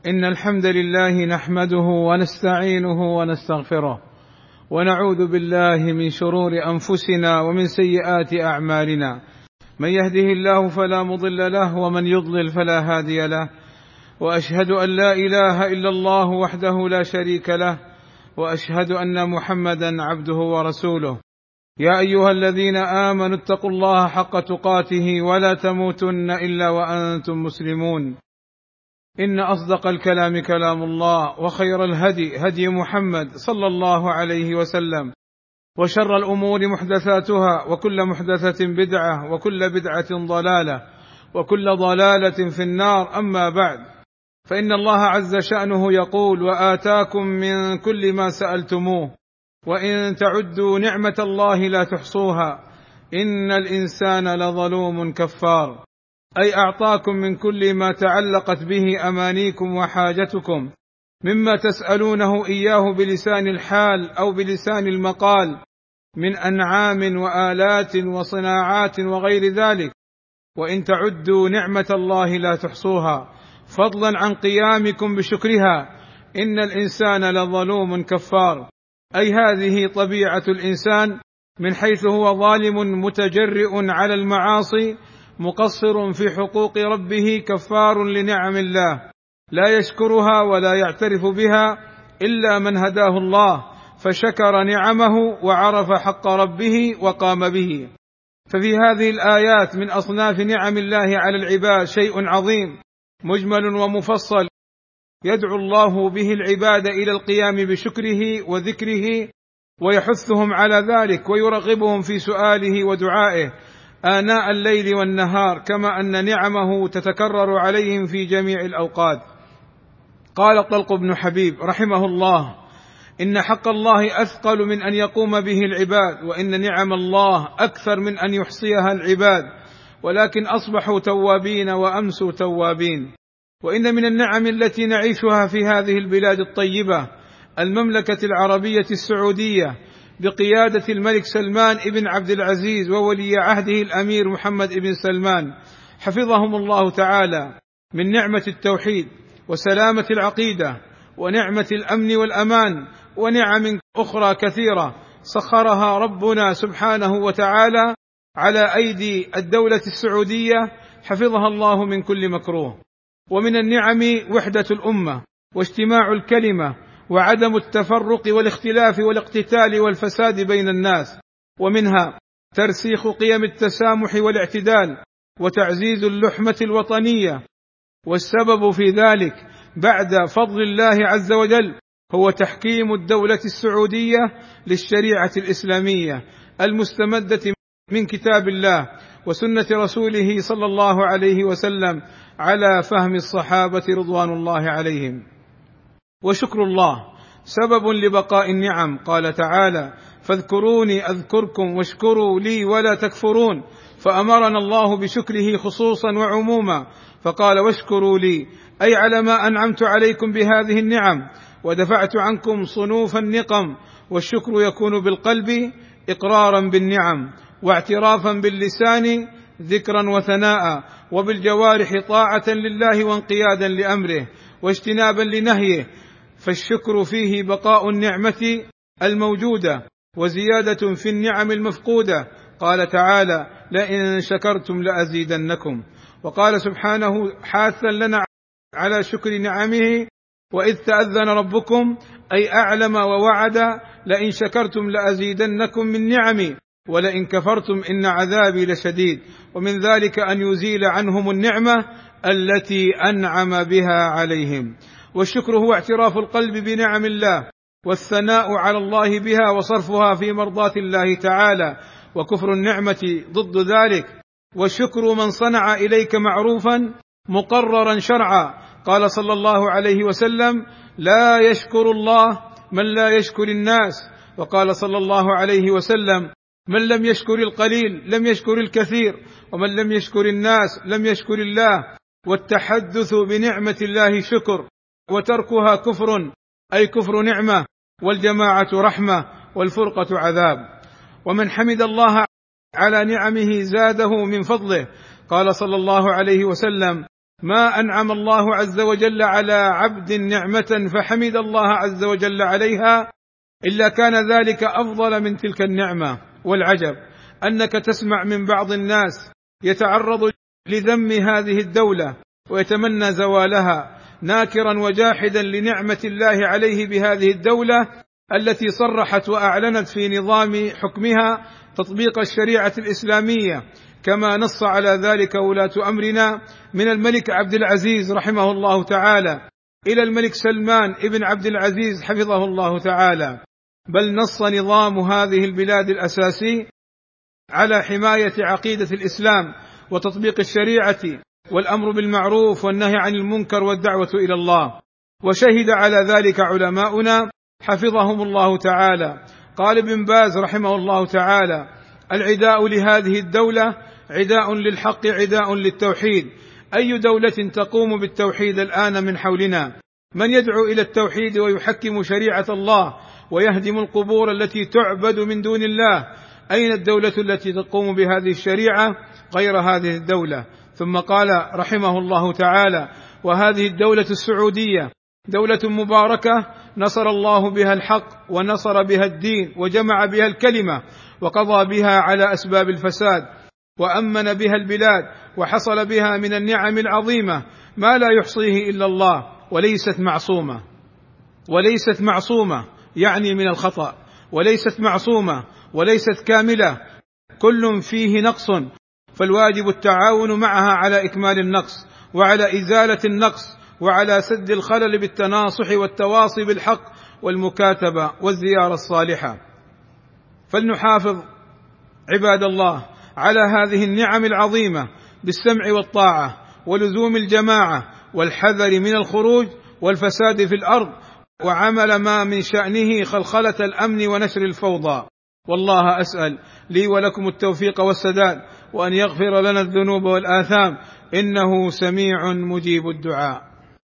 إن الحمد لله نحمده ونستعينه ونستغفره، ونعوذ بالله من شرور أنفسنا ومن سيئات أعمالنا. من يهده الله فلا مضل له، ومن يضلل فلا هادي له. وأشهد أن لا إله إلا الله وحده لا شريك له، وأشهد أن محمدا عبده ورسوله. يا أيها الذين آمنوا اتقوا الله حق تقاته ولا تموتن إلا وأنتم مسلمون. إن أصدق الكلام كلام الله، وخير الهدي هدي محمد صلى الله عليه وسلم، وشر الأمور محدثاتها، وكل محدثة بدعة، وكل بدعة ضلالة، وكل ضلالة في النار. أما بعد، فإن الله عز شأنه يقول: وآتاكم من كل ما سألتموه وإن تعدوا نعمة الله لا تحصوها إن الإنسان لظلوم كفار. أي أعطاكم من كل ما تعلقت به أمانيكم وحاجتكم، مما تسألونه إياه بلسان الحال أو بلسان المقال، من أنعام وآلات وصناعات وغير ذلك. وإن تعدوا نعمة الله لا تحصوها، فضلا عن قيامكم بشكرها إن الإنسان لظلوم كفار. أي هذه طبيعة الإنسان، من حيث هو ظالم متجرئ على المعاصي، مقصر في حقوق ربه، كفار لنعم الله، لا يشكرها ولا يعترف بها إلا من هداه الله فشكر نعمه وعرف حق ربه وقام به. ففي هذه الآيات من أصناف نعم الله على العباد شيء عظيم مجمل ومفصل، يدعو الله به العباد إلى القيام بشكره وذكره، ويحثهم على ذلك، ويرغبهم في سؤاله ودعائه آناء الليل والنهار، كما أن نعمه تتكرر عليهم في جميع الأوقات. قال طلق بن حبيب رحمه الله: إن حق الله أثقل من أن يقوم به العباد، وإن نعم الله أكثر من أن يحصيها العباد، ولكن أصبحوا توابين وأمسوا توابين. وإن من النعم التي نعيشها في هذه البلاد الطيبة المملكة العربية السعودية بقيادة الملك سلمان بن عبد العزيز وولي عهده الأمير محمد بن سلمان حفظهم الله تعالى، من نعمة التوحيد وسلامة العقيدة ونعمة الأمن والأمان، ونعم أخرى كثيرة سخرها ربنا سبحانه وتعالى على أيدي الدولة السعودية، حفظها الله من كل مكروه. ومن النعم وحدة الأمة واجتماع الكلمة، وعدم التفرق والاختلاف والاقتتال والفساد بين الناس. ومنها ترسيخ قيم التسامح والاعتدال، وتعزيز اللحمة الوطنية. والسبب في ذلك بعد فضل الله عز وجل هو تحكيم الدولة السعودية للشريعة الإسلامية المستمدة من كتاب الله وسنة رسوله صلى الله عليه وسلم على فهم الصحابة رضوان الله عليهم. وشكر الله سبب لبقاء النعم. قال تعالى: فاذكروني أذكركم واشكروا لي ولا تكفرون. فأمرنا الله بشكره خصوصا وعموما، فقال: واشكروا لي، أي على ما أنعمت عليكم بهذه النعم ودفعت عنكم صنوف النقم. والشكر يكون بالقلب إقرارا بالنعم، واعترافا باللسان ذكرا وثناء، وبالجوارح طاعة لله وانقيادا لأمره واجتنابا لنهيه. فالشكر فيه بقاء النعمة الموجودة وزيادة في النعم المفقودة. قال تعالى: لئن شكرتم لأزيدنكم. وقال سبحانه حاثا لنا على شكر نعمه: وإذ تأذن ربكم، أي أعلم ووعد: لئن شكرتم لأزيدنكم من نعمي ولئن كفرتم إن عذابي لشديد. ومن ذلك أن يزيل عنهم النعمة التي أنعم بها عليهم. والشكر هو اعتراف القلب بنعم الله والثناء على الله بها وصرفها في مرضاة الله تعالى، وكفر النعمة ضد ذلك. والشكر من صنع إليك معروفا مقررا شرعا. قال صلى الله عليه وسلم: لا يشكر الله من لا يشكر الناس. وقال صلى الله عليه وسلم: من لم يشكر القليل لم يشكر الكثير، ومن لم يشكر الناس لم يشكر الله. والتحدث بنعمة الله شكر، وتركها كفر، أي كفر نعمة، والجماعة رحمة، والفرقة عذاب. ومن حمد الله على نعمه زاده من فضله. قال صلى الله عليه وسلم: ما أنعم الله عز وجل على عبد نعمة فحمد الله عز وجل عليها إلا كان ذلك أفضل من تلك النعمة. والعجب أنك تسمع من بعض الناس يتعرض لذم هذه الدولة ويتمنى زوالها، ناكرا وجاحدا لنعمة الله عليه بهذه الدولة التي صرحت وأعلنت في نظام حكمها تطبيق الشريعة الإسلامية، كما نص على ذلك ولاة أمرنا من الملك عبد العزيز رحمه الله تعالى إلى الملك سلمان ابن عبد العزيز حفظه الله تعالى. بل نص نظام هذه البلاد الأساسي على حماية عقيدة الإسلام وتطبيق الشريعة والأمر بالمعروف والنهي عن المنكر والدعوة إلى الله. وشهد على ذلك علماؤنا حفظهم الله تعالى. قال ابن باز رحمه الله تعالى: العداء لهذه الدولة عداء للحق، عداء للتوحيد. أي دولة تقوم بالتوحيد الآن من حولنا؟ من يدعو إلى التوحيد ويحكم شريعة الله ويهدم القبور التي تعبد من دون الله؟ أين الدولة التي تقوم بهذه الشريعة غير هذه الدولة؟ ثم قال رحمه الله تعالى: وهذه الدولة السعودية دولة مباركة نصر الله بها الحق ونصر بها الدين وجمع بها الكلمة وقضى بها على أسباب الفساد وأمن بها البلاد، وحصل بها من النعم العظيمة ما لا يحصيه إلا الله، وليست معصومة يعني من الخطأ، وليست معصومة وليست كاملة، كل فيه نقص، فالواجب التعاون معها على إكمال النقص وعلى إزالة النقص وعلى سد الخلل بالتناصح والتواصي بالحق والمكاتبة والزيارة الصالحة. فلنحافظ عباد الله على هذه النعم العظيمة بالسمع والطاعة ولزوم الجماعة والحذر من الخروج والفساد في الأرض وعمل ما من شأنه خلخلة الأمن ونشر الفوضى. والله أسأل لي ولكم التوفيق والسداد، وأن يغفر لنا الذنوب والآثام، إنه سميع مجيب الدعاء.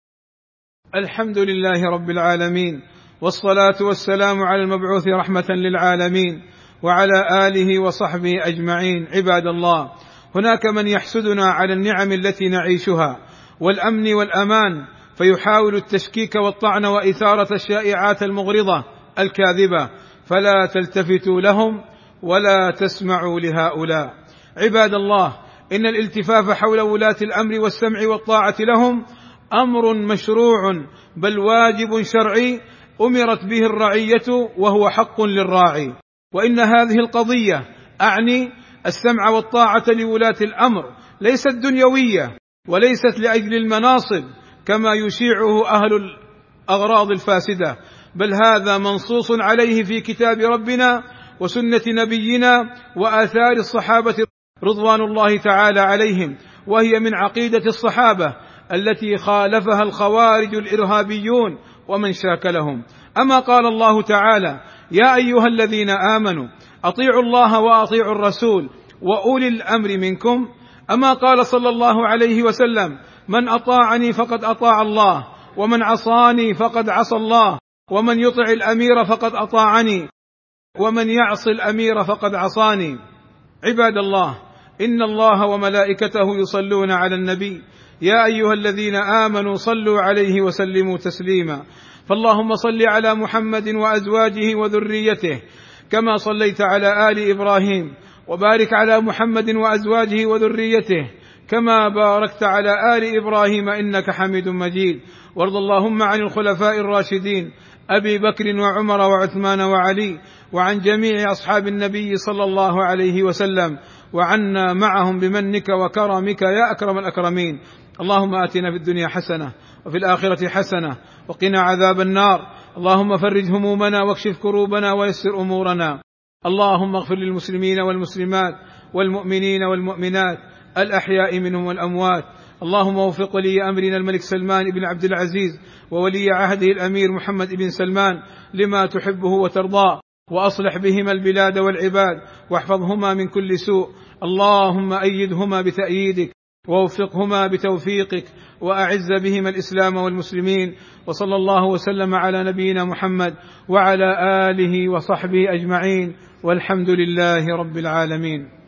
الحمد لله رب العالمين، والصلاة والسلام على المبعوث رحمة للعالمين وعلى آله وصحبه أجمعين. عباد الله، هناك من يحسدنا على النعم التي نعيشها والأمن والأمان، فيحاول التشكيك والطعن وإثارة الشائعات المغرضة الكاذبة، فلا تلتفتوا لهم ولا تسمعوا لهؤلاء. عباد الله، إن الالتفاف حول ولاة الأمر والسمع والطاعة لهم أمر مشروع بل واجب شرعي أمرت به الرعية وهو حق للراعي. وإن هذه القضية أعني السمع والطاعة لولاة الأمر ليست دنيوية وليست لأجل المناصب كما يشيعه أهل الأغراض الفاسدة، بل هذا منصوص عليه في كتاب ربنا وسنة نبينا وآثار الصحابة رضوان الله تعالى عليهم، وهي من عقيدة الصحابة التي خالفها الخوارج الإرهابيون ومن شاكلهم. أما قال الله تعالى: يا أيها الذين آمنوا أطيعوا الله وأطيعوا الرسول وأولي الأمر منكم. أما قال صلى الله عليه وسلم: من أطاعني فقد أطاع الله، ومن عصاني فقد عصى الله، ومن يطع الأمير فقد أطاعني، ومن يعص الأمير فقد عصاني. عباد الله، إن الله وملائكته يصلون على النبي، يا أيها الذين آمنوا صلوا عليه وسلموا تسليما. فاللهم صل على محمد وأزواجه وذريته كما صليت على آل إبراهيم، وبارك على محمد وأزواجه وذريته كما باركت على آل إبراهيم إنك حميد مجيد. وارض اللهم عن الخلفاء الراشدين أبي بكر وعمر وعثمان وعلي، وعن جميع أصحاب النبي صلى الله عليه وسلم، وعنا معهم بمنك وكرمك يا أكرم الأكرمين. اللهم آتنا في الدنيا حسنة وفي الآخرة حسنة وقنا عذاب النار. اللهم فرج همومنا واكشف كروبنا ويسر أمورنا. اللهم اغفر للمسلمين والمسلمات والمؤمنين والمؤمنات الأحياء منهم والأموات. اللهم وفق ولي أمرنا الملك سلمان بن عبد العزيز وولي عهده الأمير محمد بن سلمان لما تحبه وترضاه، وأصلح بهما البلاد والعباد، واحفظهما من كل سوء. اللهم أيدهما بتأييدك ووفقهما بتوفيقك، وأعز بهما الإسلام والمسلمين. وصلى الله وسلم على نبينا محمد وعلى آله وصحبه أجمعين، والحمد لله رب العالمين.